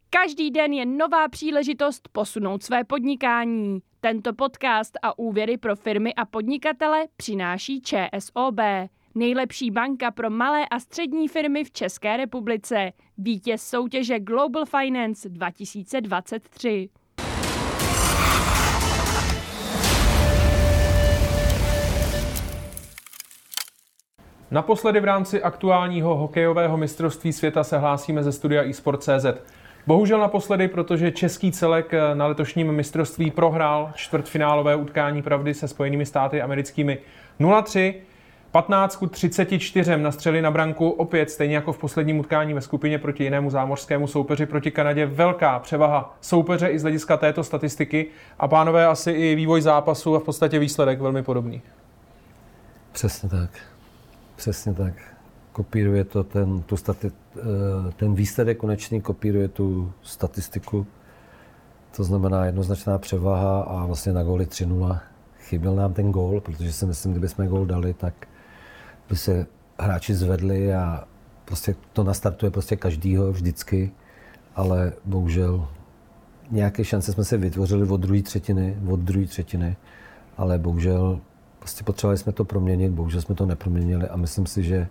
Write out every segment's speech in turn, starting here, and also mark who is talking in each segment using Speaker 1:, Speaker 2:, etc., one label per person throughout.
Speaker 1: Každý den je nová příležitost posunout své podnikání. Tento podcast a úvěry pro firmy a podnikatele přináší ČSOB. Nejlepší banka pro malé a střední firmy v České republice. Vítěz soutěže Global Finance 2023.
Speaker 2: Naposledy v rámci aktuálního hokejového mistrovství světa se hlásíme ze studia eSport.cz. Bohužel naposledy, protože český celek na letošním mistrovství prohrál čtvrtfinálové utkání pravdy se Spojenými státy americkými 0-3. 15-34 nastřelili na branku opět, stejně jako v posledním utkání ve skupině proti jinému zámořskému soupeři proti Kanadě. Velká převaha soupeře i z hlediska této statistiky. A pánové, asi i vývoj zápasu a v podstatě výsledek velmi podobný.
Speaker 3: Přesně tak. Přesně tak. Kopíruje to ten výsledek konečný, kopíruje tu statistiku. To znamená jednoznačná převaha a vlastně na góly 3-0. Chyběl nám ten gól, protože si myslím, kdybychom gól dali, tak by se hráči zvedli a prostě to nastartuje prostě každýho vždycky. Ale bohužel nějaké šance jsme si vytvořili od druhé třetiny, ale bohužel prostě potřebovali jsme to proměnit, bohužel jsme to neproměnili a myslím si, že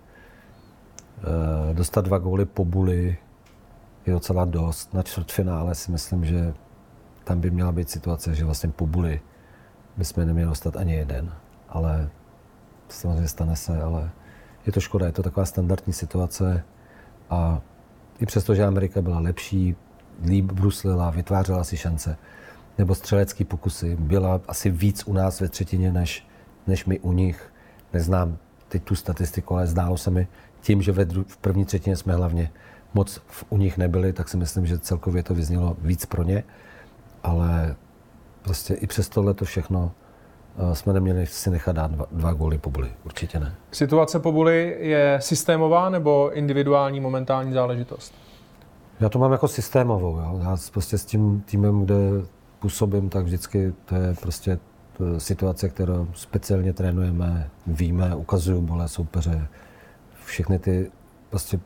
Speaker 3: dostat 2 góly po buli je docela dost. Na čtvrtfinále si myslím, že tam by měla být situace, že vlastně po buli bychom neměli dostat ani jeden. Ale samozřejmě stane se, ale je to škoda, je to taková standardní situace a i přesto, že Amerika byla lepší, líp bruslila, vytvářela si šance, nebo střelecký pokusy, byla asi víc u nás ve třetině, než my u nich. Neznám teď tu statistiku, ale zdálo se mi tím, že v první třetině jsme hlavně moc u nich nebyli, tak si myslím, že celkově to vyznělo víc pro ně. Ale prostě i přes tohleto všechno jsme neměli si nechat dát 2 góly po buli. Určitě ne.
Speaker 2: Situace po buli je systémová nebo individuální momentální záležitost?
Speaker 3: Já to mám jako systémovou. Jo. Já prostě s tím týmem, kde působím, tak vždycky to je prostě situace, kterou speciálně trénujeme, víme, ukazují bole soupeře. Všechny ty prostě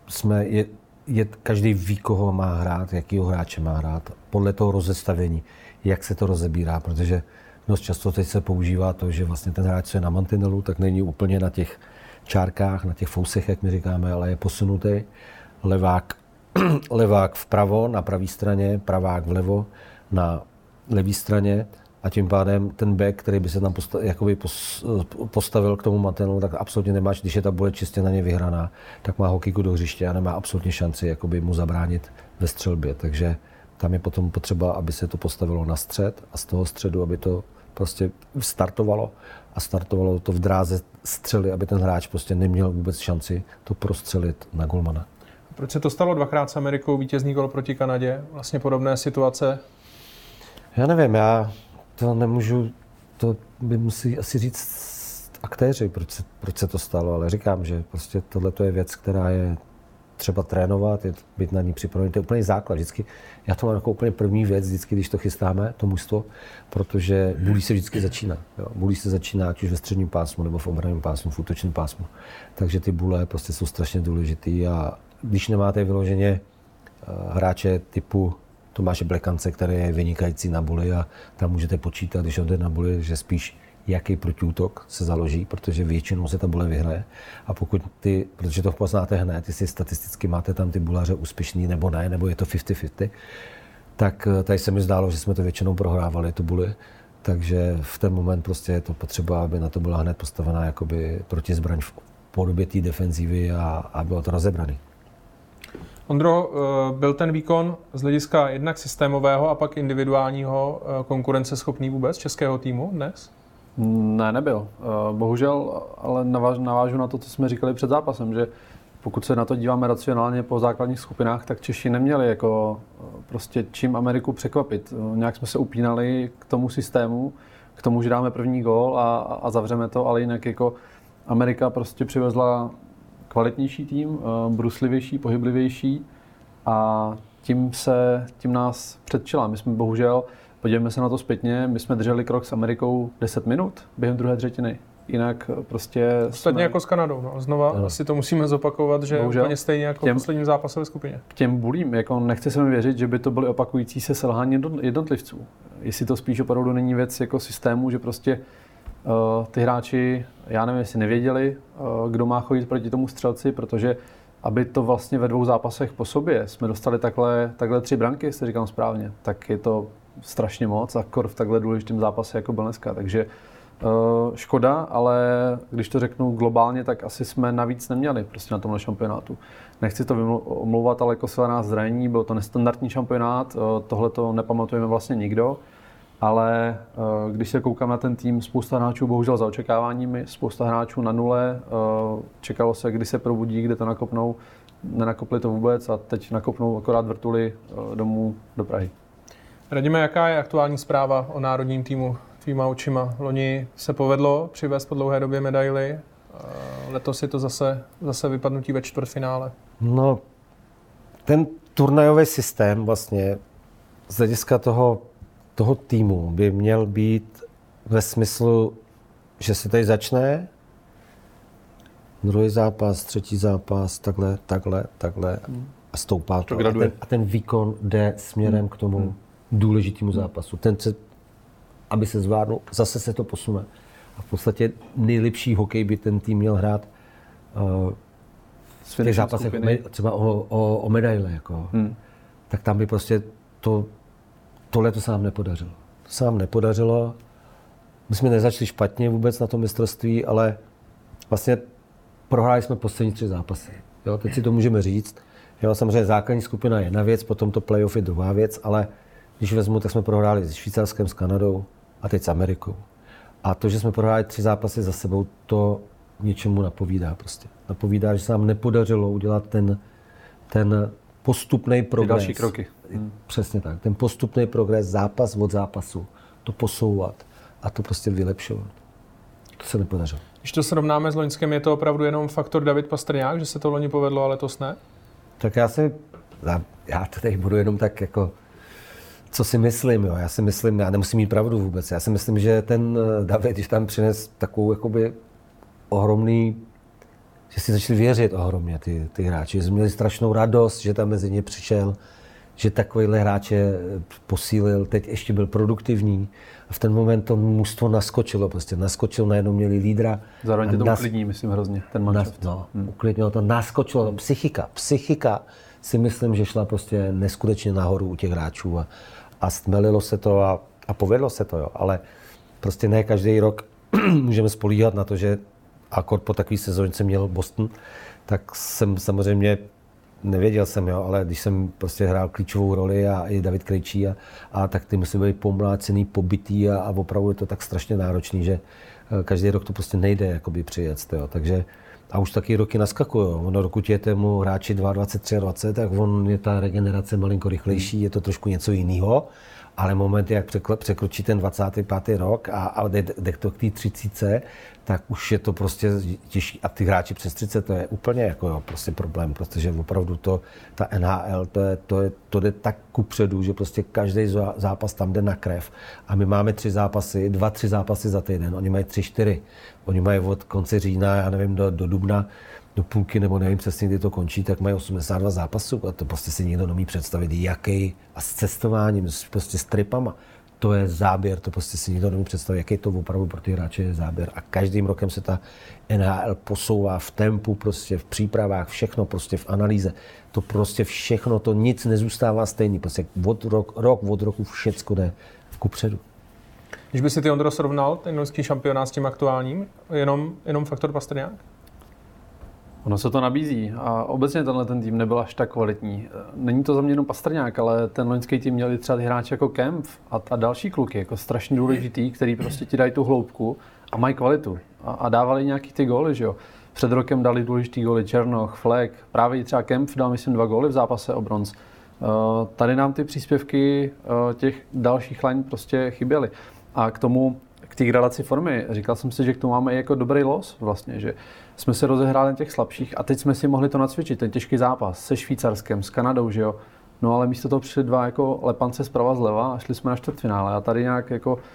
Speaker 3: každý ví, koho má hrát, jakýho hráče má hrát, podle toho rozestavení, jak se to rozebírá, protože dost často teď se používá to, že vlastně ten hráč, co je na mantinelu, tak není úplně na těch čárkách, na těch fousech, jak my říkáme, ale je posunutý. Levák vpravo, na pravé straně, pravák vlevo, na levé straně. A tím pádem ten back, který by se tam postavil k tomu mantinelu, tak absolutně nemáš, když je ta bole čistě na ně vyhraná, tak má hokejku do hřiště a nemá absolutně šanci mu zabránit ve střelbě. Takže tam je potom potřeba, aby se to postavilo na střed a z toho středu, aby to prostě startovalo a startovalo to v dráze střely, aby ten hráč prostě neměl vůbec šanci to prostřelit na golmana.
Speaker 2: Proč se to stalo 2krát s Amerikou, vítězný gól proti Kanadě? Vlastně podobné situace?
Speaker 3: Já nevím, já to nemůžu, to by musí asi říct aktéři, proč se to stalo, ale říkám, že prostě tohle je věc, která je třeba trénovat, je být na ní připravený, to je úplný základ. Vždycky, já to mám jako úplně první věc, vždycky, když to chystáme, to mužstvo, protože bulí se vždycky začíná. Jo. Bulí se začíná ať už ve středním pásmu, nebo v obranném pásmu, v útočném pásmu. Takže ty bule prostě jsou strašně důležitý a když nemáte vyloženě hráče typu Tomáše Blekance, který je vynikající na buli a tam můžete počítat, když on jde na buli, že spíš jaký protiútok se založí, protože většinou se ta bule vyhraje. A protože to poznáte hned, jestli statisticky máte tam ty bulaře úspěšný nebo ne, nebo je to 50-50, tak tady se mi zdálo, že jsme to většinou prohrávali, tu buli. Takže v ten moment prostě je to potřeba, aby na to byla hned postavená jakoby protizbraň v podobě té defenzívy a bylo to rozebraný.
Speaker 2: Ondro, byl ten výkon z hlediska jednak systémového a pak individuálního konkurenceschopný vůbec českého týmu dnes?
Speaker 4: Ne, nebyl. Bohužel, ale navážu na to, co jsme říkali před zápasem, že pokud se na to díváme racionálně po základních skupinách, tak Češi neměli jako prostě čím Ameriku překvapit. Nějak jsme se upínali k tomu systému, k tomu, že dáme první gól a zavřeme to, ale jinak jako Amerika prostě přivezla kvalitnější tým, bruslivější, pohyblivější a tím nás předčila. My jsme bohužel, podívejme se na to zpětně, my jsme drželi krok s Amerikou 10 minut během druhé třetiny. jinak prostě...
Speaker 2: Ostatně jako s Kanadou, no. Znova asi to musíme zopakovat, že
Speaker 4: bohužel,
Speaker 2: úplně stejně jako v posledním zápase ve skupině.
Speaker 4: K těm bulím, jako nechci se mi věřit, že by to byly opakující se selhání jednotlivců. Jestli to spíš opravdu není věc jako systému, že prostě ty hráči, já nevím, jestli nevěděli, kdo má chodit proti tomu střelci, protože aby to vlastně ve 2 zápasech po sobě jsme dostali takhle 3 branky, jestli říkám správně, tak je to strašně moc a kor v takhle důležitém zápase jako byl dneska. Takže škoda, ale když to řeknu globálně, tak asi jsme navíc neměli prostě na tomhle šampionátu. Nechci to omlouvat, ale Kosova nás zraní, byl to nestandardní šampionát, tohle to nepamatujeme vlastně nikdo, ale když se koukám na ten tým, spousta hráčů bohužel za očekáváními, spousta hráčů na nule, čekalo se, kdy se probudí, kde to nakopnou, nenakopli to vůbec a teď nakopnou akorát vrtuli domů do Prahy.
Speaker 2: Radíme, jaká je aktuální zpráva o národním týmu tvýma očima? Loni se povedlo přivést po dlouhé době medaily, letos je to zase vypadnutí ve čtvrtfinále.
Speaker 3: No, ten turnajový systém vlastně z hlediska toho týmu by měl být ve smyslu, že se tady začne, druhý zápas, třetí zápas, takhle a stoupá to. A ten výkon jde směrem k tomu důležitému zápasu. Ten aby se zvládnul, zase se to posune. A v podstatě nejlepší hokej by ten tým měl hrát v těch zápasech třeba o medaile. Jako. Tak tam by prostě tohle to se nám nepodařilo. To se nám nepodařilo. My jsme nezačali špatně vůbec na tom mistrovství, ale vlastně prohráli jsme poslední 3 zápasy. Jo, teď si to můžeme říct. Jo, samozřejmě základní skupina je jedna věc, potom to playoff je druhá věc, ale když vezmu, tak jsme prohráli s Švýcarskem, s Kanadou a teď s Amerikou. A to, že jsme prohráli 3 zápasy za sebou, to něčemu napovídá prostě. Napovídá, že se nám nepodařilo udělat ten postupný progres.
Speaker 4: Ty další kroky.
Speaker 3: Přesně tak. Ten postupný progres, zápas od zápasu, to posouvat a to prostě vylepšovat. To se nepodařilo.
Speaker 2: Když to srovnáme s loňským, je to opravdu jenom faktor David Pastrňák, že se to loni povedlo, ale letos ne?
Speaker 3: Tak já to tady budu jenom tak jako, co si myslím, jo. Já nemusím mít pravdu vůbec. Já si myslím, že ten David, když tam přines takovou jakoby ohromný, že si začali věřit ohromně ty hráči, že měli strašnou radost, že tam mezi ně přišel, že takovýhle hráče posílil, teď ještě byl produktivní a v ten moment to mužstvo naskočilo, najednou měli lídra.
Speaker 4: Zároveň tě to uklidní, myslím hrozně, ten manšaft.
Speaker 3: Uklidnilo to, naskočilo, psychika si myslím, že šla prostě neskutečně nahoru u těch hráčů a stmelilo se to a povedlo se to, jo. Ale prostě ne každý rok můžeme spolíhat na to, že akord po takový sezónce měl Boston, tak jsem samozřejmě nevěděl jsem, jo, ale když jsem prostě hrál klíčovou roli a i David Krejčí a tak ty musí být pomlácený, pobitý a opravdu je to tak strašně náročný, že každý rok to prostě nejde jakoby přijet, jo. Takže a už taky roky naskakují. Ono roku je tému hráči 22, 23, tak on je ta regenerace malinko rychlejší, je to trošku něco jiného, ale moment, jak překročí ten 25. rok a jde to k té 30, tak už je to prostě těžší. A ty hráči přes 30, to je úplně jako jo, prostě problém, protože opravdu ta NHL, to jde tak kupředu, že prostě každý zápas tam jde na krev. A my máme 3 zápasy, 2-3 zápasy za týden, oni mají 3-4. Oni mají od konce října, já nevím, do dubna, do půlky, nebo nevím přesně, kdy to končí, tak mají 82 zápasů a to prostě si nikdo nemí představit, jaký a s cestováním, prostě s tripama. To je záběr, to prostě si nikdo nemí představit, jaký to opravdu pro ty hráče je záběr. A každým rokem se ta NHL posouvá v tempu, prostě v přípravách, všechno prostě v analýze. To prostě všechno, to nic nezůstává stejný. Prostě rok od roku všecko jde kupředu.
Speaker 2: Když by si ty, Ondro, srovnal ten loňský šampionát s tím aktuálním, jenom faktor Pastrňák?
Speaker 4: Ono se to nabízí a obecně ten tým nebyl až tak kvalitní. Není to za mě jenom Pastrňák, ale ten loňský tým měli třeba hráči jako Kempf a další kluky, jako strašně důležitý, který prostě ti dají tu hloubku a mají kvalitu. A dávali nějaký ty góly, že jo. Před rokem dali důležitý góly Černoch, Fleck, právě třeba Kempf dal, myslím, 2 góly v zápase o bronz. Tady nám ty příspěvky těch dalších line prostě chyběly. A k té gradaci formy, říkal jsem si, že k tomu máme jako dobrý los vlastně, že jsme se rozehráli na těch slabších a teď jsme si mohli to nacvičit, ten těžký zápas se Švýcarskem, s Kanadou, že jo. No ale místo toho přišli 2 jako lepance zprava zleva a šli jsme na čtvrtfinále a tady nějak jako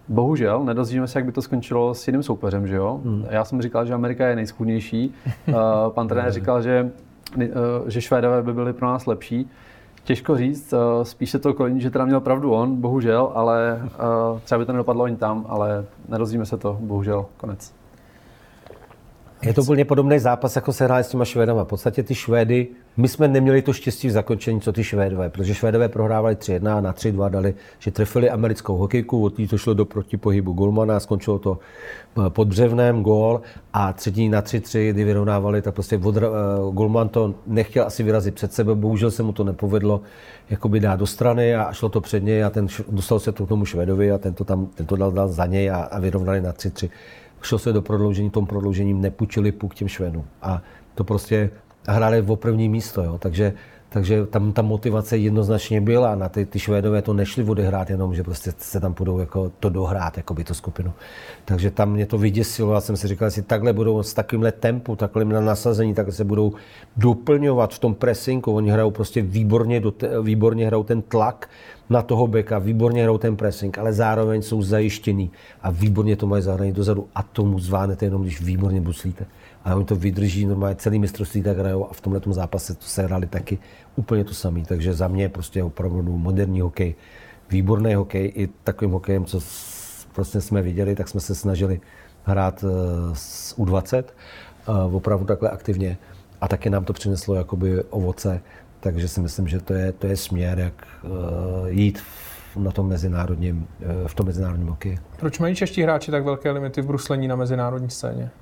Speaker 4: Bohužel, nedozvíme se, jak by to skončilo s jiným soupeřem, že jo? Já jsem říkal, že Amerika je nejschůdnější. Pan trenér říkal, že Švédové by byli pro nás lepší. Těžko říct, spíš se to kloní, že teda měl pravdu on, bohužel, ale třeba by to nedopadlo ani tam, ale nedozvíme se to, bohužel, konec.
Speaker 3: Je to úplně podobný zápas, jako se hráli s těma Švédama. V podstatě ty Švédy, my jsme neměli to štěstí v zakončení, co ty Švédové, protože Švédové prohrávali 3-1 a na 3-2 dali, že trefili americkou hokejku, od té to šlo do protipohybu golmana, skončilo to pod břevnem, gól a třetí na 3-3, kdy vyrovnávali, tak prostě golman to nechtěl asi vyrazit před sebe, bohužel se mu to nepovedlo jakoby dát do strany a šlo to před něj a ten dostal se to k tomu Švédovi a ten to dal za něj a vyrovnali na 3-3. Šlo se do prodloužení, tom prodloužením nepůjčili puk těm Švédům. A to prostě hráli o první místo, jo. Takže tam ta motivace jednoznačně byla. Na ty Švédové to nešli odehrát jenom, že prostě se tam budou jako to dohrát, jakoby tu skupinu. Takže tam mě to vyděsilo. Já jsem si říkal, jestli takhle budou s takovýmhle tempu, takovým nasazení, tak se budou doplňovat v tom pressinku. Oni hrajou prostě výborně hrajou ten tlak na toho beka, výborně hrajou ten pressing, ale zároveň jsou zajištěný a výborně to mají zahraní dozadu a tomu zvánete jenom, když výborně buslíte. A oni to vydrží, normálně celý mistrovství tak hrajou a v tomhletom zápase to se hráli taky úplně to samé. Takže za mě prostě opravdu moderní hokej, výborný hokej i takovým hokejem, co prostě jsme viděli, tak jsme se snažili hrát s U20 opravdu takhle aktivně a taky nám to přineslo jakoby ovoce. Takže si myslím, že to je směr, jak jít v tom mezinárodním hokeji.
Speaker 2: Proč mají čeští hráči tak velké limity v bruslení na mezinárodní scéně?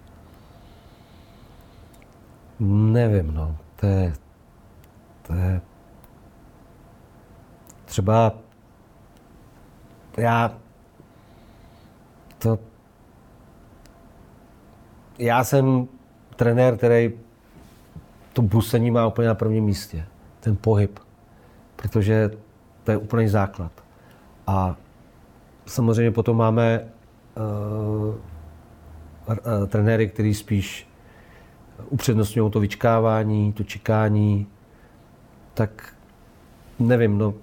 Speaker 3: Nevím, no. To je třeba já jsem trenér, který to bruslení má úplně na prvním místě. Ten pohyb, protože to je úplný základ. A samozřejmě potom máme trenéry, kteří spíš upřednostňují to vyčkávání, to čekání, tak nevím, no.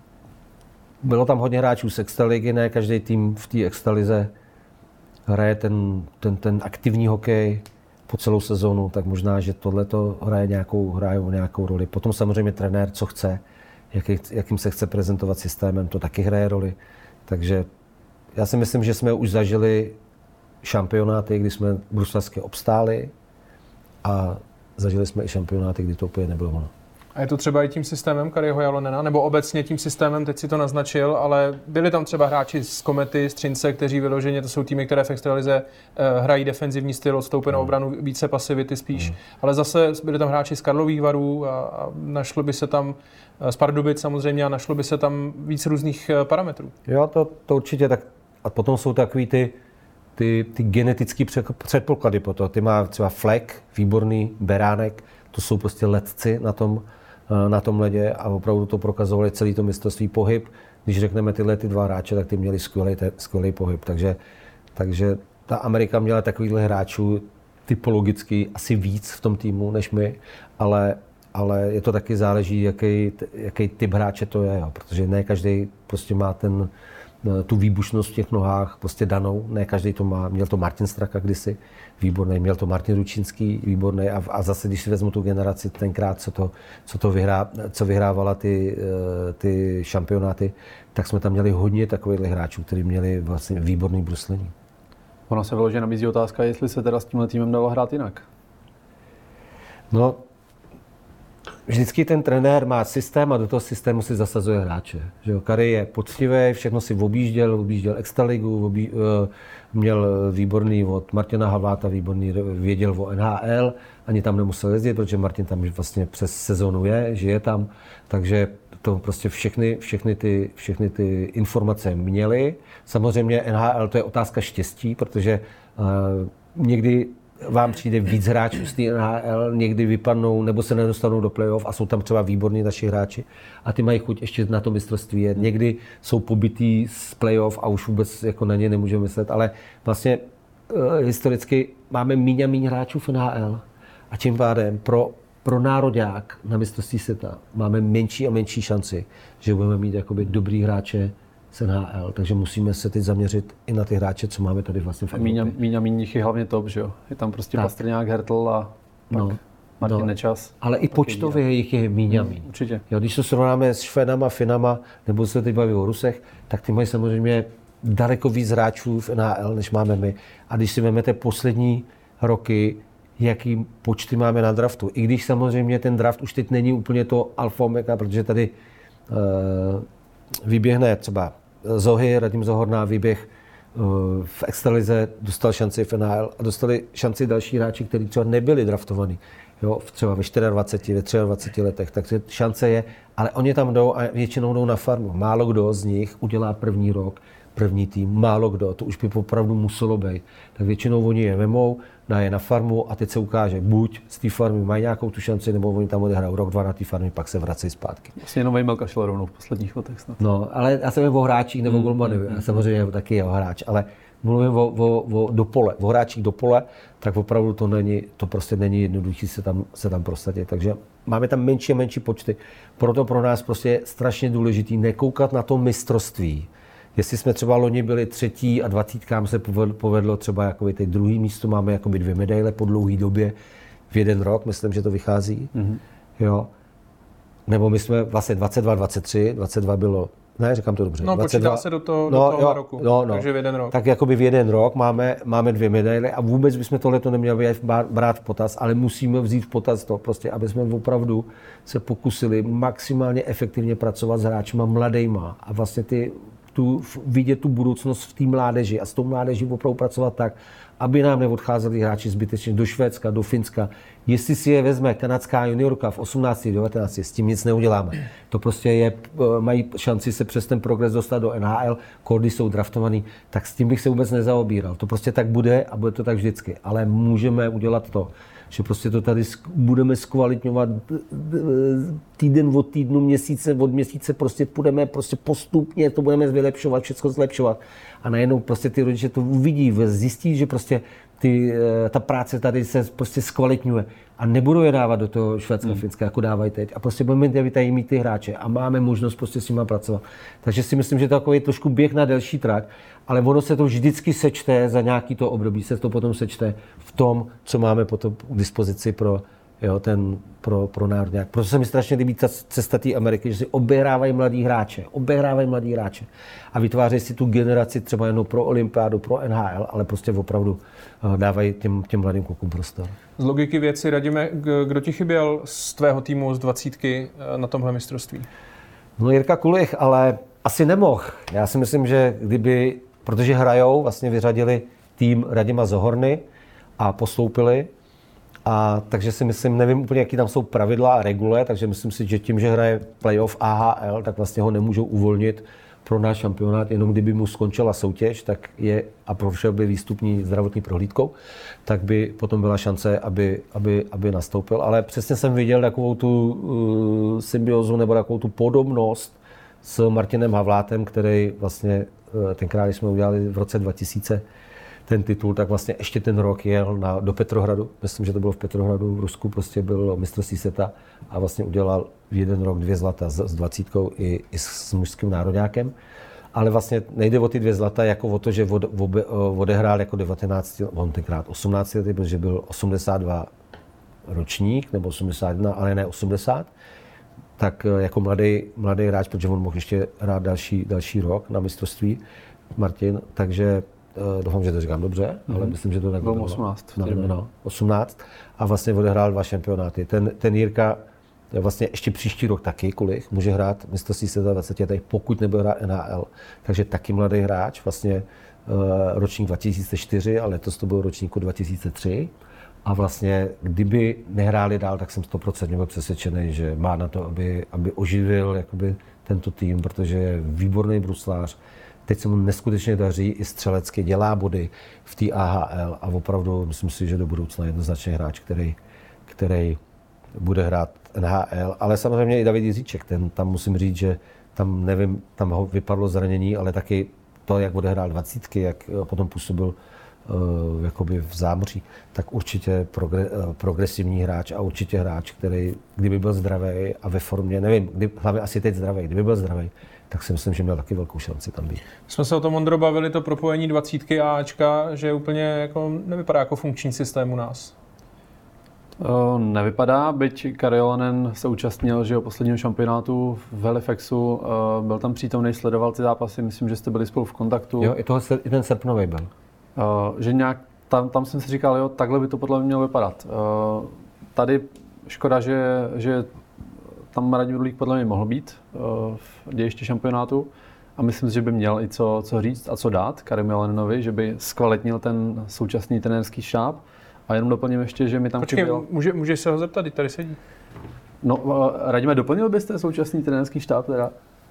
Speaker 3: Bylo tam hodně hráčů z extraligy, ne každý tým v té extralize hraje ten aktivní hokej po celou sezónu, tak možná, že tohleto hraje nějakou roli. Potom samozřejmě trenér, co chce, jakým se chce prezentovat systémem, to taky hraje roli. Takže já si myslím, že jsme už zažili šampionáty, kdy jsme bruslařsky obstáli a zažili jsme i šampionáty, kdy to úplně nebylo ono.
Speaker 2: A je to třeba i tím systémem Kariho Jalonena, nebo obecně tím systémem, teď si to naznačil, ale byli tam třeba hráči z Komety, z Třince, kteří vyloženě, to jsou týmy, které v extralize hrají defenzivní styl, odstoupenou obranu, více pasivity spíš, ale zase byli tam hráči z Karlových Varů a našlo by se tam z Pardubic samozřejmě a našlo by se tam víc různých parametrů.
Speaker 3: Jo, to určitě tak. A potom jsou takový ty genetické předpoklady po to. Ty má třeba Flek, výborný, Beránek, to jsou prostě letci na tom ledě a opravdu to prokazovali celý to mistrovství pohyb. Když řekneme tyhle ty dva hráče, tak ty měli skvělý pohyb. Takže ta Amerika měla takovýchhle hráčů typologicky asi víc v tom týmu než my, ale je to taky záleží, jaký typ hráče to je, jo. Protože ne každý prostě má tu výbušnost v těch nohách prostě danou, ne každý to má. Měl to Martin Straka kdysi, výborný, měl to Martin Ručinský, výborný a zase, když si vezmu tu generaci tenkrát, co vyhrávala ty šampionáty, tak jsme tam měli hodně takových hráčů, kteří měli vlastně výborný bruslení.
Speaker 4: Ona se vyloží nabízí otázka, jestli se teda s tímhle týmem dalo hrát jinak.
Speaker 3: No, vždycky ten trenér má systém a do toho systému si zasazuje hráče. Že Kari je poctivý, všechno si objížděl extraligu, měl výborný od Martina Halváta, věděl o NHL, ani tam nemusel jezdit, protože Martin tam vlastně přes sezónu žije tam, takže to prostě všechny ty informace měli. Samozřejmě NHL to je otázka štěstí, protože někdy vám přijde víc hráčů z té NHL, někdy vypadnou nebo se nedostanou do playoff a jsou tam třeba výborní naši hráči a ty mají chuť ještě na to mistrovství jet. Někdy jsou pobytý z playoff a už vůbec jako na ně nemůžeme myslet, ale vlastně historicky máme míň a míň hráčů v NHL a tím pádem pro nároďák na mistrovství světa máme menší a menší šanci, že budeme mít jakoby dobrý hráče z NHL, takže musíme se teď zaměřit i na ty hráče, co máme tady vlastně v Evropě.
Speaker 4: Míň jich je hlavně top, že jo? Je tam prostě Pastrňák, Hertl a pak Martin Nečas.
Speaker 3: Ale i počtově jich je míň a míň.
Speaker 4: Určitě.
Speaker 3: Jo, když to srovnáme s Švédama, Finama, nebo se teď baví o Rusech, tak ty mají samozřejmě daleko víc hráčů v NHL, než máme my. A když si vezmete poslední roky, jaký počty máme na draftu. I když samozřejmě ten draft už teď není úplně to alfa omega, protože tady vyběhne třeba Zohy, Radim Zohorná vyběh v extralize, dostal šanci v NHL a dostali šanci další hráči, kteří třeba nebyli draftovaní. Jo, třeba ve 24, ve 23 letech, takže šance je, ale oni tam jdou a většinou jdou na farmu. Málo kdo z nich udělá první rok, první tým, málo kdo, to už by opravdu muselo být. Tak většinou oni je vemou, dají na farmu a teď se ukáže, buď z té farmy mají nějakou tu šanci, nebo oni tam odehrajou rok, dva na té farmě, pak se vracejí zpátky.
Speaker 4: Vlastně jenom Vejmelka šel rovnou v posledních letech snad.
Speaker 3: No, ale já jsem o hráčích nebo golmany, samozřejmě taky je o hráč, ale mluvím o hráčích do pole, tak opravdu to prostě není jednoduché se tam prosadit. Takže máme tam menší a menší počty. Proto pro nás prostě je strašně důležité nekoukat na to mistrovství. Jestli jsme třeba loni byli 3. a 20. se povedlo třeba jakoby teď druhý místo, máme jakoby 2 medaile po dlouhé době v jeden rok, myslím, že to vychází. Jo. Nebo my jsme vlastně 22, 23, 22 bylo, ne, říkám to dobře.
Speaker 2: No, 22, počítá se do toho roku, takže v jeden rok.
Speaker 3: Tak jakoby v jeden rok máme 2 medaile a vůbec bychom tohleto neměli brát v potaz, ale musíme vzít v potaz to, prostě, aby jsme opravdu se pokusili maximálně efektivně pracovat s hráčima mladejma a vlastně vidět tu budoucnost v té mládeži a s tou mládeží opravdu pracovat tak, aby nám neodcházeli hráči zbytečně do Švédska, do Finska. Jestli si je vezme kanadská juniorka v 18, 19, s tím nic neuděláme. To prostě mají šanci se přes ten progres dostat do NHL, když jsou draftovaný, tak s tím bych se vůbec nezaobíral. To prostě tak bude a bude to tak vždycky. Ale můžeme udělat to, že prostě to tady budeme zkvalitňovat týden od týdnu, měsíce od měsíce, prostě půjdeme prostě postupně, to budeme vylepšovat, všechno zlepšovat. A najednou prostě ty rodiče to uvidí, zjistí, že prostě ta práce tady se prostě zkvalitňuje. A nebudou je dávat do toho Švédska, Finska, jako dávají teď. A prostě budeme tady mít ty hráče a máme možnost prostě s nimi pracovat. Takže si myslím, že to takový trošku běh na delší trať, ale ono se to vždycky sečte za nějaký to období, se to potom sečte v tom, co máme potom k dispozici pro národňák. Proto se mi strašně líbí ta cesta té Ameriky, že si obehrávají mladí hráče a vytvářejí si tu generaci třeba jenom pro olympiádu, pro NHL, ale prostě opravdu dávají těm mladým klukům prostor.
Speaker 2: Z logiky věci, Radime, kdo ti chyběl z tvého týmu z 20 na tomhle mistrovství?
Speaker 3: No Jirka Kulich, ale asi nemohl. Já si myslím, že protože hrajou, vlastně vyřadili tým Radima Zohorny a postoupili, a takže si myslím, nevím úplně, jaký tam jsou pravidla a regule, takže myslím si, že tím, že hraje playoff AHL, tak vlastně ho nemůžou uvolnit pro náš šampionát, jenom kdyby mu skončila soutěž, tak a prošel by výstupní zdravotní prohlídkou, tak by potom byla šance, aby nastoupil. Ale přesně jsem viděl takovou tu symbiozu nebo takovou tu podobnost s Martinem Havlátem, který vlastně tenkrát, když jsme udělali v roce 2000 ten titul, tak vlastně ještě ten rok jel do Petrohradu. Myslím, že to bylo v Petrohradu v Rusku, prostě byl mistrovství světa a vlastně udělal v jeden rok 2 zlata s 20 i s mužským národňákem. Ale vlastně nejde o ty 2 zlata jako o to, že odehrál jako 19, on tenkrát 18 lety, protože byl 82 ročník, nebo 81, ale ne 80. Tak jako mladý hráč, protože on mohl ještě hrát další rok na mistrovství, Martin, takže doufám, že to říkám dobře, ale myslím, že to tak bylo.
Speaker 4: 18.
Speaker 3: 18 a vlastně odehrál 2 šampionáty. Ten Jirka vlastně ještě příští rok taky Kulich může hrát mistrovství světa 20 letech, pokud nebude hrát NHL. Takže taky mladý hráč, vlastně ročník 2004, ale letos to byl ročníku 2003. A vlastně, kdyby nehráli dál, tak jsem 100% byl přesvědčený, že má na to, aby oživil jakoby tento tým, protože je výborný bruslář. Teď se mu neskutečně daří i střelecky, dělá body v té AHL a opravdu myslím si, že do budoucna jednoznačně hráč, který bude hrát NHL. Ale samozřejmě i David Jiříček, tam musím říct, že tam ho vypadlo zranění, ale taky to, jak odehrál 20, jak potom působil jakoby v zámoří, tak určitě progresivní hráč a určitě hráč, který kdyby byl zdravý a ve formě, nevím, hlavně asi teď zdravý, kdyby byl zdravý, tak si myslím, že měl taky velkou šanci tam být.
Speaker 2: Jsme se o tom, Ondro, bavili, to propojení 20 a Ačka, že úplně jako nevypadá jako funkční systém u nás.
Speaker 4: Nevypadá, byť Kari Jalonen se účastnil, že posledního šampionátu v Halifaxu, byl tam přítomný, sledoval ty zápasy, myslím, že jste byli spolu v kontaktu.
Speaker 3: Jo, i ten srpnový byl.
Speaker 4: Že nějak, tam jsem si říkal, jo, takhle by to podle mě mělo vypadat. Tady škoda, že tam Radim Rulík podle mě mohl být v dějišti šampionátu a myslím si, že by měl i co říct a co dát Karimu Jalanenovi, že by zkvalitnil ten současný trenérský štáb. A jenom doplním ještě, že mi tam
Speaker 2: chyběl. Můžeš se ho zeptat, tady sedí.
Speaker 4: No, Radime, doplnil byste současný trenérský štáb teda?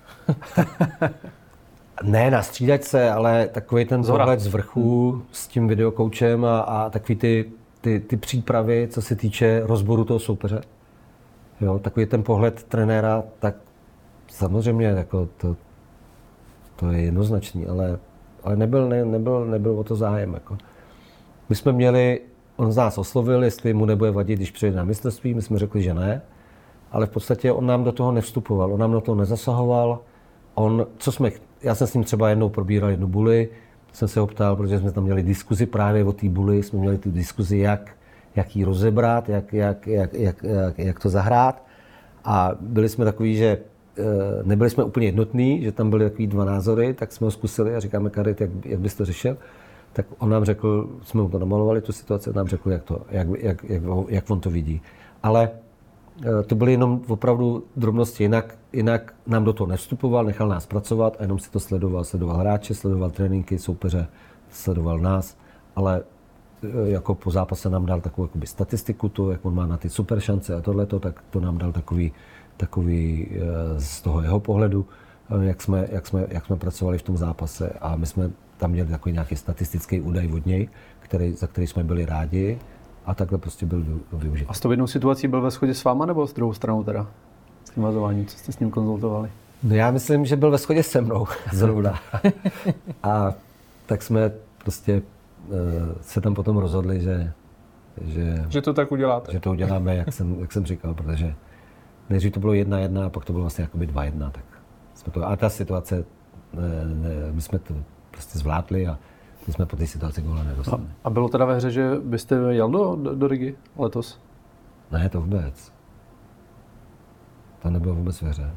Speaker 3: Ne na střídačce, ale takový ten pohled z vrchu s tím videokoučem a takový ty přípravy, co se týče rozboru toho soupeře. Jo, takový ten pohled trenéra, tak samozřejmě jako to je jednoznačný, ale nebyl o to zájem. Jako. My jsme měli, on z nás oslovil, jestli mu nebude vadit, když přijde na mistrovství, my jsme řekli, že ne, ale v podstatě on nám do toho nevstupoval, on nám do toho nezasahoval. Já jsem s ním třeba jednou probíral jednu buli, jsem se ho ptal, protože jsme tam měli diskuzi právě o té buli, jsme měli tu diskuzi, jak ji rozebrat, jak to zahrát. A byli jsme takový, že nebyli jsme úplně jednotní, že tam byly takový dva názory, tak jsme ho zkusili a říkáme, Karit, jak bys to řešil? Tak on nám řekl, jsme mu to namalovali, tu situaci, on nám řekl, jak on to vidí. Ale to byly jenom opravdu drobnosti, jinak nám do toho nevstupoval, nechal nás pracovat a jenom si to sledoval hráče, sledoval tréninky, soupeře, sledoval nás, ale jako po zápase nám dal takovou jakoby statistiku, to, jak on má na ty super šance a tohleto, tak to nám dal takový z toho jeho pohledu, jak jsme pracovali v tom zápase a my jsme tam měli takový nějaký statistický údaj od něj, za který jsme byli rádi a takhle prostě byl využit.
Speaker 4: A s tou jednou situací byl ve shodě s váma nebo s druhou stranou teda? S tím vazováním, co jste s ním konzultovali?
Speaker 3: No já myslím, že byl ve shodě se mnou zrovna. A tak jsme prostě se tam potom rozhodli,
Speaker 2: že to tak uděláte.
Speaker 3: Že to uděláme, jak jsem říkal, protože nejdřív to bylo 1-1 a pak to bylo vlastně jakoby 2-1. Tak jsme to, a ta situace, my jsme to prostě zvládli a my jsme po té situaci góla nedostali.
Speaker 4: A bylo teda ve hře, že byste jel do Rigi letos?
Speaker 3: Ne, to vůbec. To nebylo vůbec ve hře.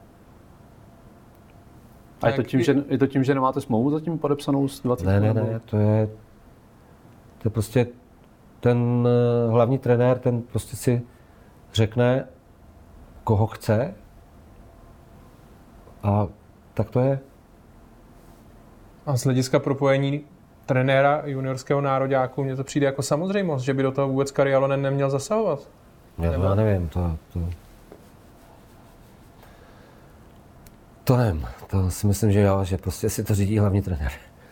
Speaker 4: A je to tím, že nemáte smlouvu zatím podepsanou s 20?
Speaker 3: Ne, to je prostě ten hlavní trenér, ten prostě si řekne, koho chce a tak to je.
Speaker 2: A z hlediska propojení trenéra juniorského nároďáku mně to přijde jako samozřejmost, že by do toho vůbec Kari Jalonen neměl zasahovat.
Speaker 3: Já nevím, to nevím, to si myslím, že jo, že prostě si to řídí hlavní trenér.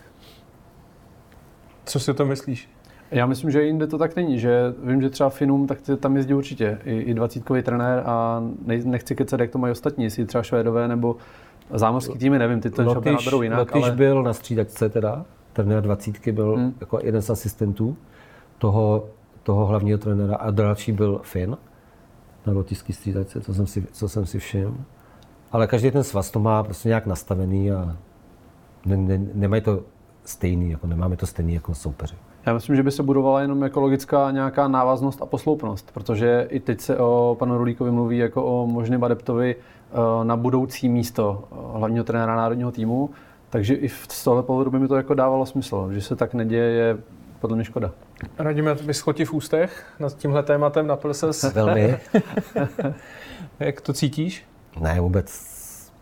Speaker 2: Co si to myslíš?
Speaker 4: Já myslím, že jinde to tak není, že vím, že třeba Finům, tak tam jezdí určitě i 20kový trenér a nechci kecat, jak to mají ostatní, jestli třeba Švédové nebo zámořský týmy, nevím, ty to šampionát berou jinak,
Speaker 3: Lotyš ale byl na střídačce teda, trenér 20 byl jako jeden z asistentů toho hlavního trenéra a další byl Fin na lotyšský střídačce, co jsem si všiml. Ale každý ten svaz to má prostě nějak nastavený a nemají to stejný, jako nemáme to stejný jako soupeři.
Speaker 4: Já myslím, že by se budovala jenom jako logická nějaká návaznost a posloupnost, protože i teď se o panu Rulíkovi mluví jako o možném adeptovi na budoucí místo hlavního trenéra národního týmu, takže i z tohle pohledu by mi to jako dávalo smysl, že se tak neděje, je podle mě škoda.
Speaker 2: Radíme, vyschlo v ústech nad tímhle tématem, napil ses?
Speaker 3: Velmi.
Speaker 2: Jak to cítíš?
Speaker 3: Ne, vůbec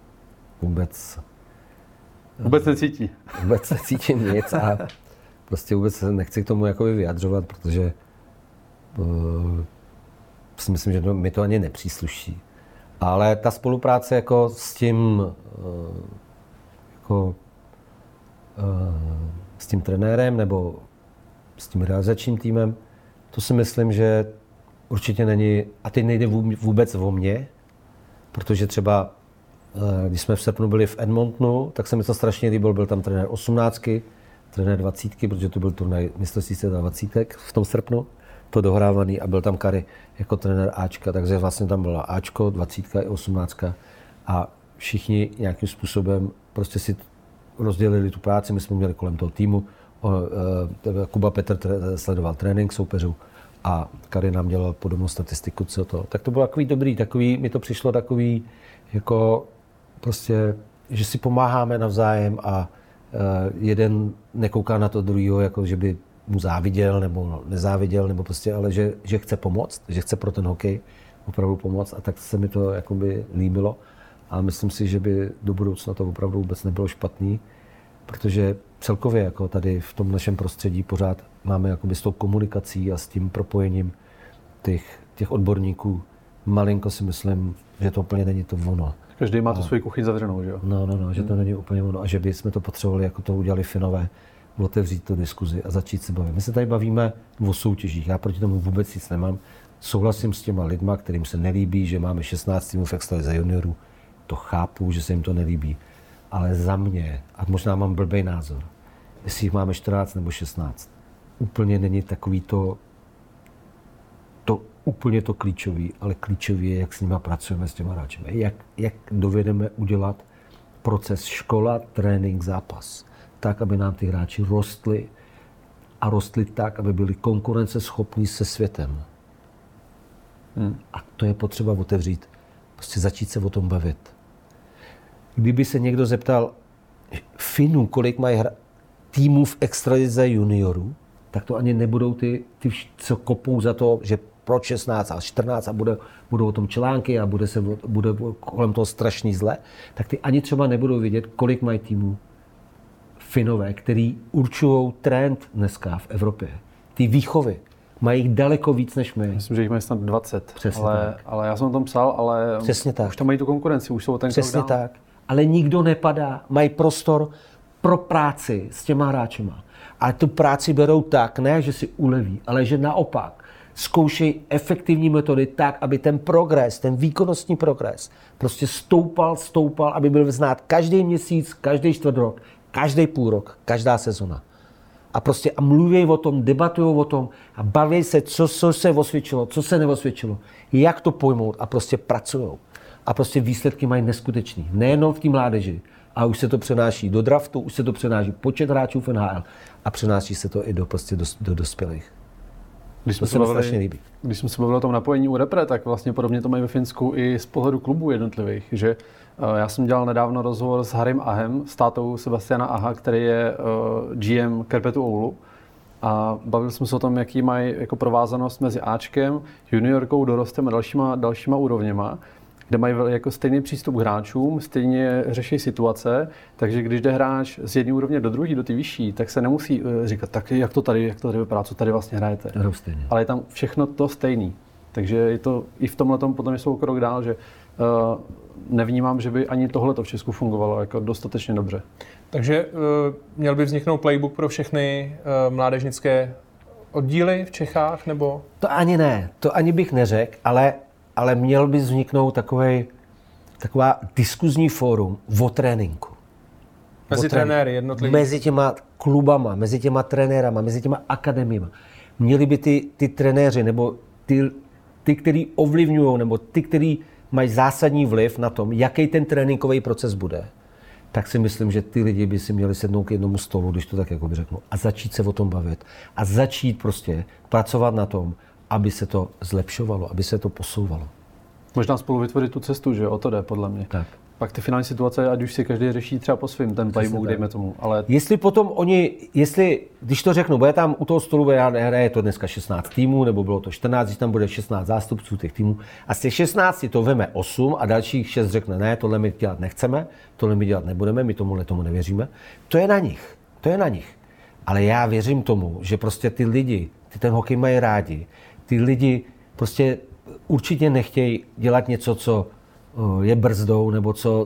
Speaker 4: necítí.
Speaker 3: Vůbec necítím nic a prostě vůbec nechci k tomu jakoby vyjadřovat, protože si myslím, že mi to ani nepřísluší. Ale ta spolupráce jako s tím s tím trenérem nebo s tím realizačním týmem, to si myslím, že určitě není, a teď nejde vůbec o mě, protože třeba když jsme v srpnu byli v Edmontonu, tak se mi to strašně líbilo, byl tam trenér 18, trenér 20, protože to byl turnaj mistrovství světa 20 v tom srpnu, to dohrávaný a byl tam Kari jako trenér Ačka, takže vlastně tam byla Ačko, 20 i 18 a všichni nějakým způsobem prostě si rozdělili tu práci, my jsme měli kolem toho týmu, Kuba Petr sledoval trénink soupeřů a Kari nám dělal podobnou statistiku, co to. Tak to bylo takový dobrý, mi to přišlo takový, jako prostě, že si pomáháme navzájem a jeden nekouká na to druhýho, jako že by mu záviděl nebo nezáviděl, nebo prostě, ale že chce pomoct, že chce pro ten hokej opravdu pomoct a tak se mi to jakoby líbilo a myslím si, že by do budoucna to opravdu vůbec nebylo špatný, protože celkově jako tady v tom našem prostředí pořád máme jakoby s tou komunikací a s tím propojením těch odborníků. Malinko si myslím, že to úplně není to ono.
Speaker 4: Každý má tu svoji kuchyň zavřenou, že jo?
Speaker 3: No, že to není úplně ono a že bychom to potřebovali, jako to udělali Finové, otevřít tu diskuzi a začít se bavit. My se tady bavíme o soutěžích, já proti tomu vůbec nic nemám. Souhlasím s těma lidma, kterým se nelíbí, že máme 16 týmů v extralize juniorů. To chápu, že se jim to nelíbí. Ale za mě, a možná mám blbej názor, jestli jich máme 14 nebo 16, úplně není takový to úplně to klíčový, ale klíčový je, jak s nima pracujeme s těma hráči. Jak dovedeme udělat proces škola, trénink, zápas. Tak, aby nám ty hráči rostli a rostli tak, aby byli konkurenceschopní se světem. A to je potřeba otevřít. Prostě začít se o tom bavit. Kdyby se někdo zeptal Finů, kolik mají týmů v extralize juniorů, tak to ani nebudou ty, co kopou za to, že pro 16 a 14 a budou o tom články a bude kolem toho strašný zle, tak ty ani třeba nebudou vědět, kolik mají týmů Finové, který určují trend dneska v Evropě. Ty výchovy mají jich daleko víc než my.
Speaker 4: Myslím, že jich mají snad 20.
Speaker 3: Přesně tak.
Speaker 4: Ale já jsem o tom psal, ale
Speaker 3: přesně tak.
Speaker 4: Už tam mají tu konkurenci, už jsou ten
Speaker 3: přesně tak. Ale nikdo nepadá, mají prostor pro práci s těma hráčema. Ale tu práci berou tak, ne, že si uleví, ale že naopak zkoušejí efektivní metody tak, aby ten progres, ten výkonnostní progres prostě stoupal, aby byl znát každý měsíc, každý čtvrtrok, každý půlrok, každá sezona. A prostě a mluví o tom, debatují o tom a baví se, co se osvědčilo, co se neosvědčilo, jak to pojmout a prostě pracují. A prostě výsledky mají neskutečný. Nejenom v té mládeži, a už se to přenáší do draftu, už se to přenáší počet hráčů v NHL a přenáší se to i do dospělých.
Speaker 4: Když jsme se bavili o tom napojení u repre, tak vlastně podobně to mají ve Finsku i z pohledu klubů jednotlivých, že já jsem dělal nedávno rozhovor s Harrym Ahem, s tátou Sebastiana Aha, který je GM Kerpetu Oulu. A bavili jsme se o tom, jaký mají jako provázanost mezi Ačkem, juniorkou, dorostem a dalšíma úrovněma, kde mají jako stejný přístup k hráčům, stejně řeší situace, takže když jde hráč z jedné úrovně do druhé, do ty vyšší, tak se nemusí říkat, tak jak to tady vypadá, co tady vlastně hrajete. Ale je tam všechno to stejný. Takže je to i v tomhletom potom jsou krok dál, že nevnímám, že by ani tohleto v Česku fungovalo jako dostatečně dobře.
Speaker 2: Takže měl by vzniknout playbook pro všechny mládežnické oddíly v Čechách, nebo?
Speaker 3: To ani ne, to ani bych neřekl, ale měl by vzniknout taková diskuzní fórum o tréninku.
Speaker 2: Mezi trenéry jednotlivých?
Speaker 3: Mezi těma klubama, mezi těma trenérama, mezi těma akademiemi. Měli by ty trenéři, nebo ty, kteří ovlivňují, nebo ty, kteří mají zásadní vliv na tom, jaký ten tréninkový proces bude, tak si myslím, že ty lidi by si měli sednout k jednomu stolu, když to tak jako řeknu, a začít se o tom bavit. A začít prostě pracovat na tom, aby se to zlepšovalo, aby se to posouvalo. Možná
Speaker 4: spolu vytvořit tu cestu, že o to jde, podle mě.
Speaker 3: Tak.
Speaker 4: Pak ty finální situace, ať už si každý řeší třeba po svým, ten playbook, dejme tomu. Ale
Speaker 3: jestli potom když to řeknu, bude tam u toho stolu, je to dneska 16 týmů, nebo bylo to 14, když tam bude 16 zástupců těch týmů, a z těch 16 to veme 8 a dalších 6 řekne, ne, tohle my dělat nechceme, tohle my dělat nebudeme, my tomu nevěříme. To je na nich. Ale já věřím tomu, že prostě ty lidi, ty ten hokej mají rádi, ty lidi prostě určitě nechtějí dělat něco, co je brzdou, nebo co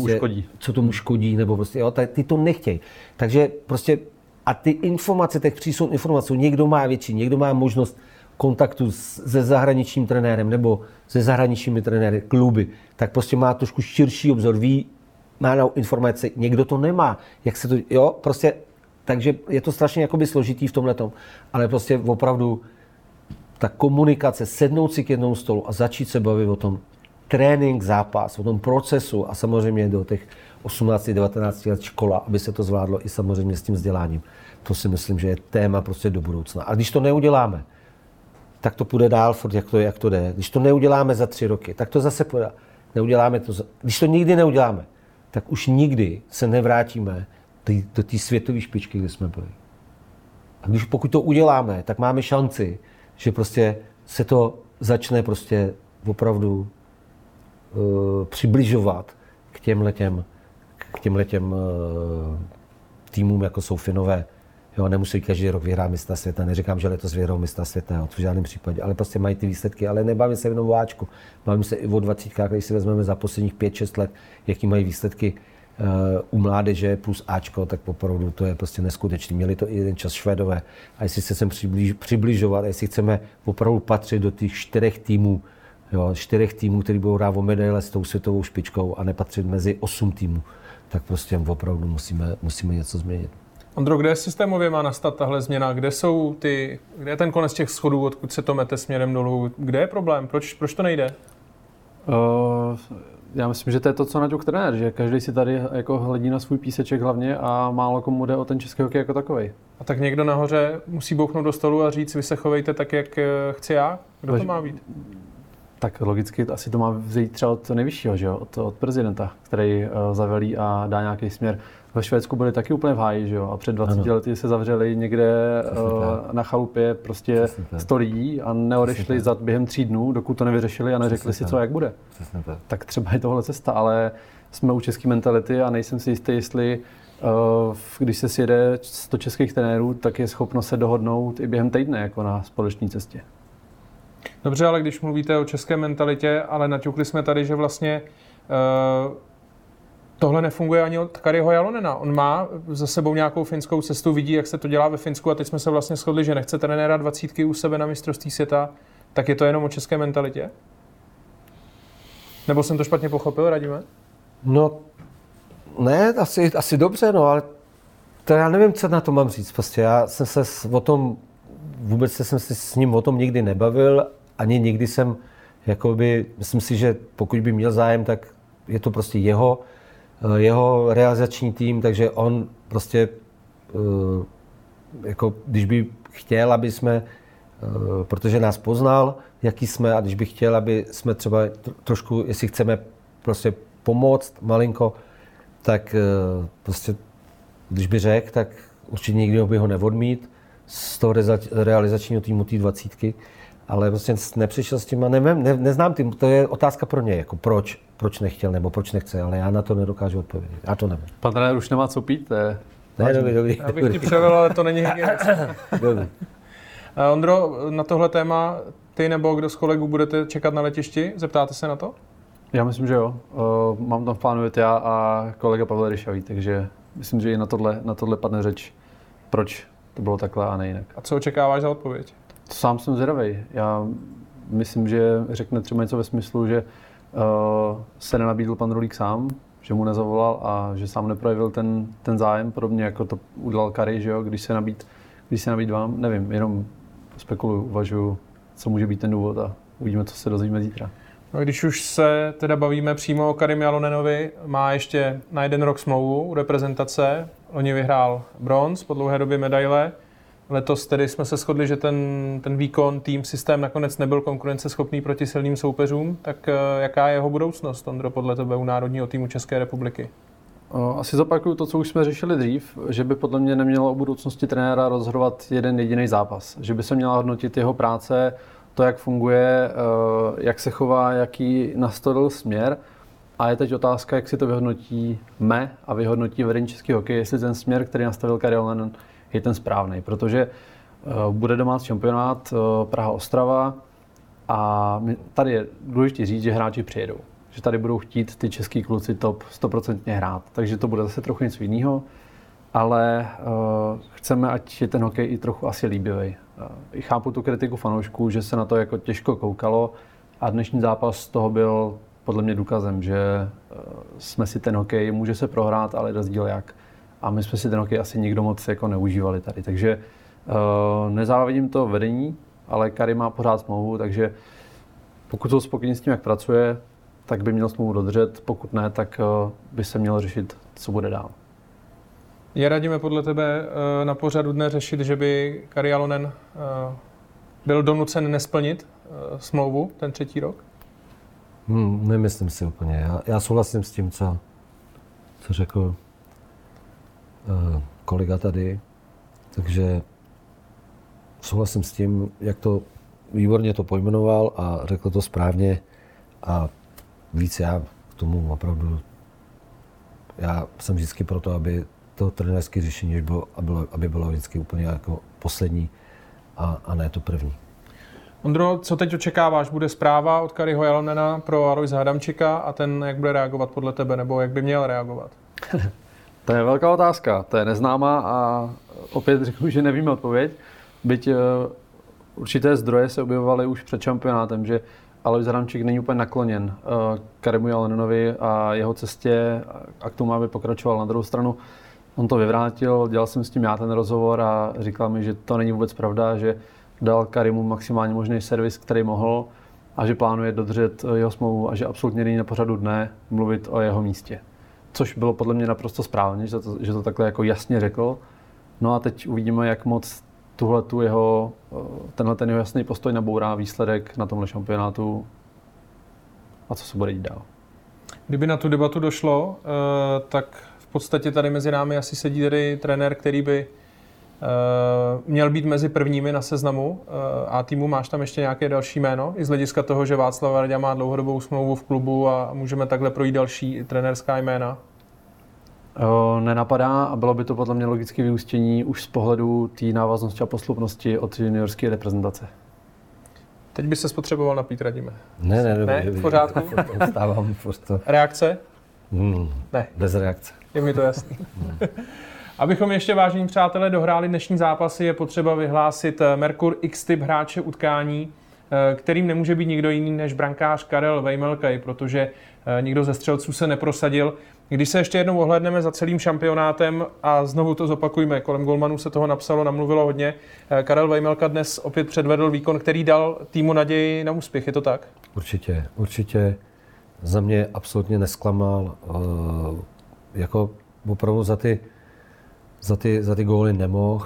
Speaker 3: tomu škodí, nebo prostě, jo, ty to nechtějí. Takže prostě, a ty informace, těch přísun informací, někdo má větší, někdo má možnost kontaktu se zahraničním trenérem, nebo se zahraničními trenéry, kluby, tak prostě má trošku širší obzor, ví, má informace, někdo to nemá, jak se to, jo, prostě, takže je to strašně jakoby složitý v tomhletom, ale prostě opravdu ta komunikace, sednout si k jednomu stolu a začít se bavit o tom trénink, zápas, o tom procesu a samozřejmě do těch 18-19 let škola, aby se to zvládlo i samozřejmě s tím vzděláním. To si myslím, že je téma prostě do budoucna. A když to neuděláme, tak to půjde dál, furt jak to jde. Když to neuděláme za 3 roky, tak to zase půjde. Když to nikdy neuděláme, tak už nikdy se nevrátíme do té světové špičky, kde jsme byli. A pokud to uděláme, tak máme šanci, že prostě se to začne prostě opravdu přibližovat k těmhletěm týmům, jako jsou Finové. Jo, nemusí každý rok vyhrát mistra světa, neříkám, že letos vyhrou mistra světa, v žádném případě, ale prostě mají ty výsledky, ale nebavím se jenom o Ačku, bavím se i o 20, když si vezmeme za posledních 5-6 let, jaký mají výsledky u mládeže plus Ačko, tak opravdu to je prostě neskutečný. Měli to i jeden čas Švédové a jestli se sem přibližovat, jestli chceme opravdu patřit do těch 4 týmů, jo, 4 týmů, který budou hrát o medaile s tou světovou špičkou a nepatřit mezi 8 týmů, tak prostě opravdu musíme něco změnit.
Speaker 2: Ondro, kde systémově má nastat tahle změna? Kde je ten konec těch schodů, odkud se to mete směrem dolů? Kde je problém? Proč to nejde?
Speaker 4: Já myslím, že to je to, co naťuk trenér, že každý si tady jako hledí na svůj píseček hlavně a málo komu jde o ten český hokej jako takovej.
Speaker 2: A tak někdo nahoře musí bouchnout do stolu a říct, vy se chovejte tak, jak chci já? Kdo to má být?
Speaker 4: Tak logicky asi to má vzít třeba od nejvyššího, že jo? Od prezidenta, který zavelí a dá nějaký směr. Ve Švédsku byli taky úplně v háji, že jo? A před 20 lety se zavřeli někde na chalupě prostě 100 lidí a neodešli během 3 dnů, dokud to nevyřešili a neřekli si, co jak bude. Tak třeba je tohle cesta, ale jsme u české mentality a nejsem si jistý, jestli když se sjede 100 českých trenérů, tak je schopno se dohodnout i během týdne jako na společné cestě.
Speaker 2: Dobře, ale když mluvíte o české mentalitě, ale naťukli jsme tady, že vlastně tohle nefunguje ani od Kariho Jalonena. On má za sebou nějakou finskou cestu, vidí, jak se to dělá ve Finsku a teď jsme se vlastně shodli, že nechce trenéra 20 u sebe na mistrovství světa, tak je to jenom o české mentalitě? Nebo jsem to špatně pochopil, Radime?
Speaker 3: No, ne, asi dobře, no, ale to já nevím, co na to mám říct. Prostě já jsem se o tom, vůbec jsem se s ním o tom nikdy nebavil, ani nikdy jsem, jakoby, myslím si, že pokud by měl zájem, tak je to prostě jeho realizační tým, takže on prostě, jako když by chtěl, aby jsme, protože nás poznal, jaký jsme, a když by chtěl, aby jsme třeba trošku, jestli chceme prostě pomoct malinko, tak prostě, když by řekl, tak určitě nikdy by ho neodmít z toho realizačního týmu té 20, ale prostě nepřišel s tím a neznám tím, to je otázka pro ně, jako proč nechtěl nebo proč nechce, ale já na to nedokážu odpovědět, já to nevím.
Speaker 4: Pan trenér už nemá co pít,
Speaker 3: Ne, dobrý.
Speaker 2: Já bych ti převel, ale to není hygienické. Ondro, na tohle téma ty nebo kdo z kolegů budete čekat na letišti? Zeptáte se na to?
Speaker 4: Já myslím, že jo. Mám tam v plánu jet já a kolega Pavel Ryšavý, takže myslím, že i na tohle padne řeč, proč to bylo takhle a ne jinak.
Speaker 2: A co očekáváš za odpověď?
Speaker 4: Sám jsem zvědavej. Já myslím, že řekne třeba něco ve smyslu, že se nenabídl pan Rulík sám, že mu nezavolal a že sám neprojevil ten zájem, podobně jako to udělal Kari, že jo, když se nabít vám, nevím, jenom spekuluju, uvažuju, co může být ten důvod a uvidíme, co se dozvíme zítra.
Speaker 2: No, když už se teda bavíme přímo o Karim Jalonenovi, má ještě na 1 rok smlouvu u reprezentace. Loni vyhrál bronz, po dlouhé době medaile. Letos tedy jsme se shodli, že ten výkon, tým, systém nakonec nebyl konkurenceschopný proti silným soupeřům. Tak jaká je jeho budoucnost, Ondro, podle tebe u národního týmu České republiky?
Speaker 4: Asi zopakuju to, co už jsme řešili dřív, že by podle mě nemělo o budoucnosti trenéra rozhodovat jeden jediný zápas. Že by se měla hodnotit jeho práce, to, jak funguje, jak se chová, jaký nastolil směr. A je teď otázka, jak si to vyhodnotíme a vyhodnotí vedení českého hokeje, jestli ten směr, který nastavil Kari Jalonen, je ten správný. Protože bude domácí šampionát Praha-Ostrava a tady je důležité říct, že hráči přijedou. Že tady budou chtít ty český kluci top 100% hrát. Takže to bude zase trochu něco jiného. Ale chceme, ať je ten hokej i trochu asi líbivý. I chápu tu kritiku fanoušků, že se na to jako těžko koukalo a dnešní zápas toho byl podle mě důkazem, že jsme si ten hokej, může se prohrát, ale rozdíl jak. a my jsme si ten hokej asi nikdo moc jako neužívali tady. Takže nezávidím to vedení, ale Kari má pořád smlouvu, takže pokud jsou spokojení s tím, jak pracuje, tak by měl smlouvu dodržet, pokud ne, tak by se mělo řešit, co bude dál.
Speaker 2: Je, Radime, podle tebe na pořadu dne řešit, že by Kari Jalonen byl donucen nesplnit smlouvu ten 3. rok?
Speaker 3: Nemyslím si úplně. Já souhlasím s tím, co řekl kolega tady. Takže souhlasím s tím, jak to výborně to pojmenoval a řekl to správně. A víc já k tomu opravdu, já jsem vždycky pro to, aby to trenérské řešení aby bylo vždycky úplně jako poslední a ne to první.
Speaker 2: Ondro, co teď očekáváš? Bude zpráva od Kariho Jalonena pro Aloise Hadamčíka a ten jak bude reagovat podle tebe, nebo jak by měl reagovat?
Speaker 4: To je velká otázka, to je neznámá a opět řeknu, že nevíme odpověď. Byť určité zdroje se objevovaly už před šampionátem, že Alois Hadamčík není úplně nakloněn Karimu Jalonenovi a jeho cestě a k tomu, aby pokračoval. Na druhou stranu on to vyvrátil, dělal jsem s tím já ten rozhovor a říkal mi, že to není vůbec pravda, že dal Karimu maximálně možný servis, který mohl a že plánuje dodržet jeho smlouvu a že absolutně není na pořadu dne mluvit o jeho místě. Což bylo podle mě naprosto správně, že to takhle jako jasně řekl. No a teď uvidíme, jak moc tenhle ten jeho jasný postoj nabourá výsledek na tomhle šampionátu a co se bude dít dál.
Speaker 2: Kdyby na tu debatu došlo, tak v podstatě tady mezi námi asi sedí tady trenér, který by měl být mezi prvními na seznamu a týmu. Máš tam ještě nějaké další jméno? I z hlediska toho, že Václav Varda má dlouhodobou smlouvu v klubu a můžeme takhle projít další trenérská jména?
Speaker 4: Nenapadá a bylo by to podle mě logické vyústění už z pohledu té návaznosti a posloupnosti od juniorské reprezentace.
Speaker 2: Teď by se spotřeboval napít, Radime.
Speaker 3: Ne,
Speaker 2: v pořádku?
Speaker 3: Stávám prostě.
Speaker 2: Reakce?
Speaker 3: Ne. Bez reakce.
Speaker 2: Je mi to jasný. Abychom ještě, vážení přátelé, dohráli dnešní zápasy, je potřeba vyhlásit Merkur X-typ hráče utkání, kterým nemůže být nikdo jiný než brankář Karel Vejmelkaj, protože nikdo ze střelců se neprosadil. Když se ještě jednou ohlédneme za celým šampionátem a znovu to zopakujme, kolem golmanů se toho napsalo, namluvilo hodně, Karel Vejmelka dnes opět předvedl výkon, který dal týmu naději na úspěch, je to tak?
Speaker 3: Určitě. Za mě absolutně nesklamal, jako opravdu za ty góly nemohl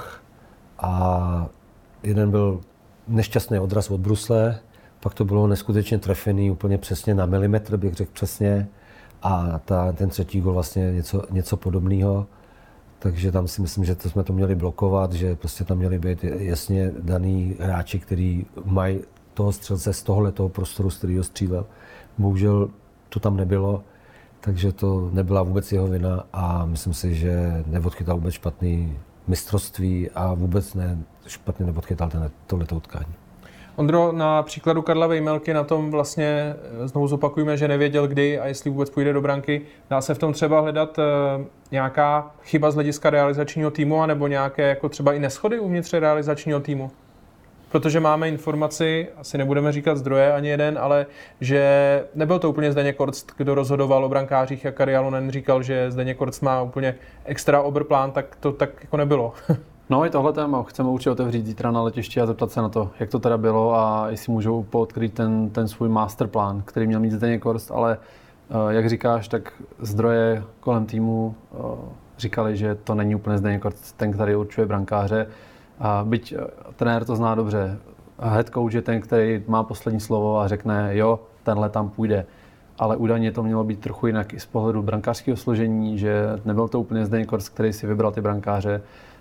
Speaker 3: a jeden byl nešťastný odraz od brusle, pak to bylo neskutečně trefený úplně přesně na milimetr, bych řekl přesně, a ten 3. gól vlastně něco podobného. Takže tam si myslím, že jsme to měli blokovat, že prostě tam měli být jasně daný hráči, kteří mají toho střelce z tohoto prostoru, z kterého střílel. Bohužel to tam nebylo, takže to nebyla vůbec jeho vina a myslím si, že neodchytal vůbec špatný mistrovství a vůbec špatně neodchytal tohleto utkání.
Speaker 2: Ondro, na příkladu Karla Vejmelky na tom vlastně znovu zopakujeme, že nevěděl kdy a jestli vůbec půjde do branky. Dá se v tom třeba hledat nějaká chyba z hlediska realizačního týmu anebo nějaké jako třeba i neshody uvnitř realizačního týmu? Protože máme informaci, asi nebudeme říkat zdroje ani jeden, ale že nebyl to úplně Zdeněk Korst, kdo rozhodoval o brankářích, jak Kari Jalonen říkal, že Zdeněk Korst má úplně extra oberplán, tak to tak jako nebylo.
Speaker 4: No i tohle téma chceme určitě otevřít zítra na letišti a zeptat se na to, jak to teda bylo a jestli můžou poodkryt ten svůj masterplán, který měl mít Zdeněk Korst, ale jak říkáš, tak zdroje kolem týmu říkali, že to není úplně Zdeněk Korst, ten, který určuje brankáře. A byť trenér to zná dobře, head coach je ten, který má poslední slovo a řekne, jo, tenhle tam půjde. Ale údajně to mělo být trochu jinak i z pohledu brankářského složení, že nebyl to úplně Zdeněk Korst, který si vybral ty brankáře.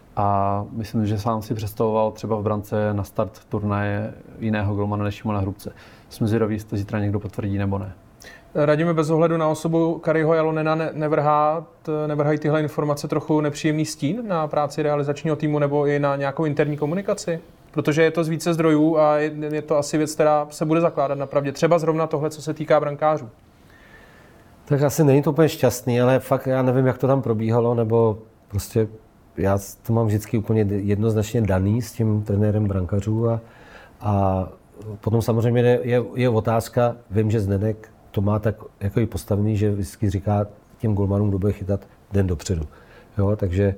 Speaker 4: A myslím, že sám si představoval třeba v brance na start turnaje jiného golmana než Šimona Hrubce. Jsme zvědaví, jestli to zítra někdo potvrdí nebo ne.
Speaker 2: Radíme, bez ohledu na osobu Kariho Jalonena nevrhají tyhle informace trochu nepříjemný stín na práci realizačního týmu nebo i na nějakou interní komunikaci? Protože je to z více zdrojů a je to asi věc, která se bude zakládat na pravdě. Třeba zrovna tohle, co se týká brankářů.
Speaker 3: Tak asi není to úplně šťastný, ale fakt já nevím, jak to tam probíhalo, nebo prostě já to mám vždycky úplně jednoznačně daný s tím trenérem brankařů a potom samozřejmě je otázka, vím, že Zdeněk to má tak jako i postavený, že vždycky říká těm golmanům, kdo bude chytat den dopředu. Jo, takže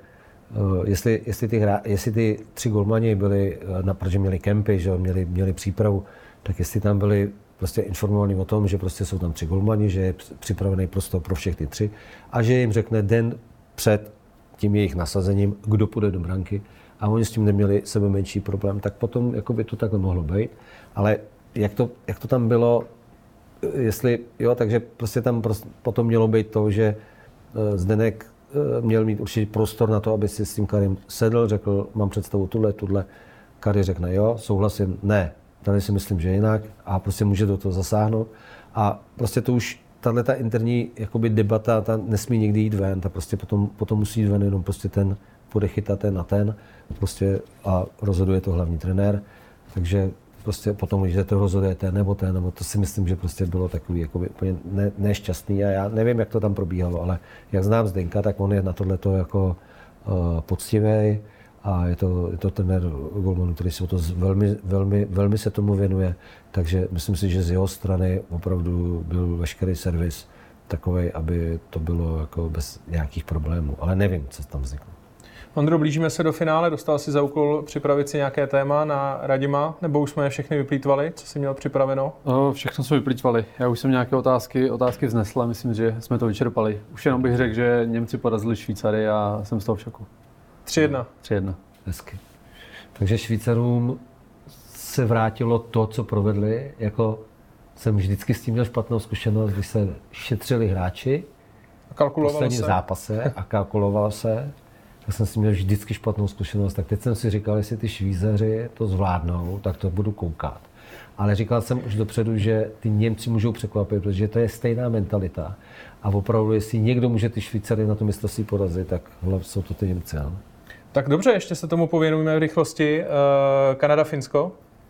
Speaker 3: jestli ty 3 golmani byli, protože měli kempy, že měli přípravu, tak jestli tam byli prostě informovaní o tom, že prostě jsou tam 3 golmani, že je připravený prostor pro všech ty 3 a že jim řekne den před tím jejich nasazením, kdo půjde do branky a oni s tím neměli sebe menší problém, tak potom jako by to takhle mohlo být. Ale jak to tam bylo, takže prostě tam potom mělo být to, že Zdeněk měl mít určitě prostor na to, aby si s tím Karim sedl, řekl, mám představu tuhle. Kari řekne, jo, souhlasím, ne, tady si myslím, že jinak a prostě může do toho zasáhnout. A prostě to už, tato interní jakoby debata, ta nesmí nikdy jít ven, ta prostě potom musí jít ven jenom prostě ten bude chytat ten a ten prostě a rozhoduje to hlavní trenér. Takže prostě potom, když to rozhoduje ten, nebo to si myslím, že prostě bylo takový jakoby úplně nešťastný a já nevím, jak to tam probíhalo, ale jak znám Zdenka, tak on je na tohleto jako poctivý a je to trenér golmanů, který se o to velmi se tomu věnuje, takže myslím si, že z jeho strany opravdu byl veškerý servis takovej, aby to bylo jako bez nějakých problémů, ale nevím, co tam vzniklo.
Speaker 2: Ondro, blížíme se do finále, dostal si za úkol připravit si nějaké téma na Radima, nebo už jsme je všechny vyplýtvali, co jsi měl připraveno?
Speaker 4: Všechno jsme vyplýtvali. Já už jsem nějaké otázky vznesl a myslím, že jsme to vyčerpali. Už jenom bych řekl, že Němci porazili Švýcary a jsem z toho v šoku.
Speaker 2: 3-1.
Speaker 3: Hezky. Takže Švýcarům se vrátilo to, co provedli. Jako jsem vždycky s tím měl špatnou zkušenost, když se šetřili hráči v posledním zápase a kalkulovalo se. Tak jsem si měl vždycky špatnou zkušenost, tak teď jsem si říkal, jestli ty Švýcaři to zvládnou, tak to budu koukat. Ale říkal jsem už dopředu, že ty Němci můžou překvapit, protože to je stejná mentalita. A opravdu, jestli někdo může ty Švýcary na to mistrovství porazit, tak jsou to ty Němci. Ne?
Speaker 2: Tak dobře, ještě se tomu pověnujeme v rychlosti. Kanada-Finsko?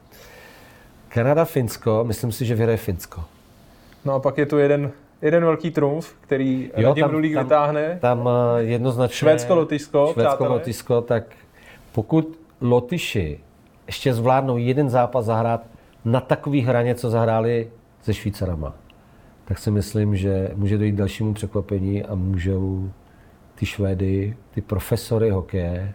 Speaker 3: Kanada-Finsko, myslím si, že vyhraje Finsko.
Speaker 2: No a pak je tu jeden velký trumf, který Radim Rulík vytáhne.
Speaker 3: Tam jednoznačně
Speaker 2: Švédsko-Lotyšsko,
Speaker 3: tak pokud Lotyši ještě zvládnou jeden zápas zahrát na takový hraně, co zahráli se Švýcarama, tak si myslím, že může dojít k dalšímu překvapení a můžou ty Švédy, ty profesory hokeje,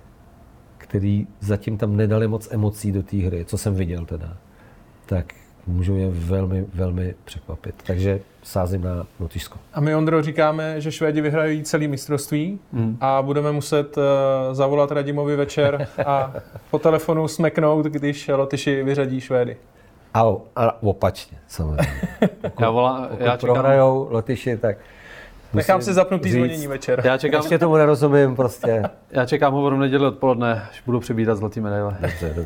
Speaker 3: který zatím tam nedali moc emocí do té hry, co jsem viděl teda, tak můžou je velmi, velmi překvapit. Takže sázím na Lotyšsko.
Speaker 2: A my, Ondro, říkáme, že Švédi vyhrají celý mistrovství a budeme muset zavolat Radimovi večer a po telefonu smeknout, když Lotyši vyřadí Švédy.
Speaker 3: A opačně, samozřejmě.
Speaker 4: Já
Speaker 3: prohrajou Lotyši, tak
Speaker 2: nechám si zapnutý zvonění večer.
Speaker 3: Ještě tomu nerozumím prostě.
Speaker 4: Já čekám hovor v neděli odpoledne, až budu přibírat zlatý medaile.
Speaker 3: Dobře.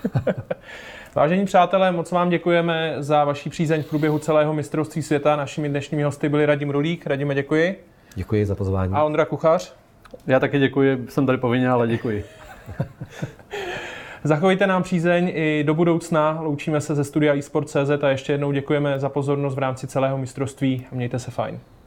Speaker 2: Vážení přátelé, moc vám děkujeme za vaši přízeň v průběhu celého mistrovství světa. Našimi dnešními hosty byli Radim Rulík. Radime, děkuji.
Speaker 3: Děkuji za pozvání.
Speaker 2: A Ondra Kuchař.
Speaker 4: Já taky děkuji, jsem tady povinně, ale děkuji.
Speaker 2: Zachovejte nám přízeň i do budoucna. Loučíme se ze studia eSport.cz a ještě jednou děkujeme za pozornost v rámci celého mistrovství. Mějte se fajn.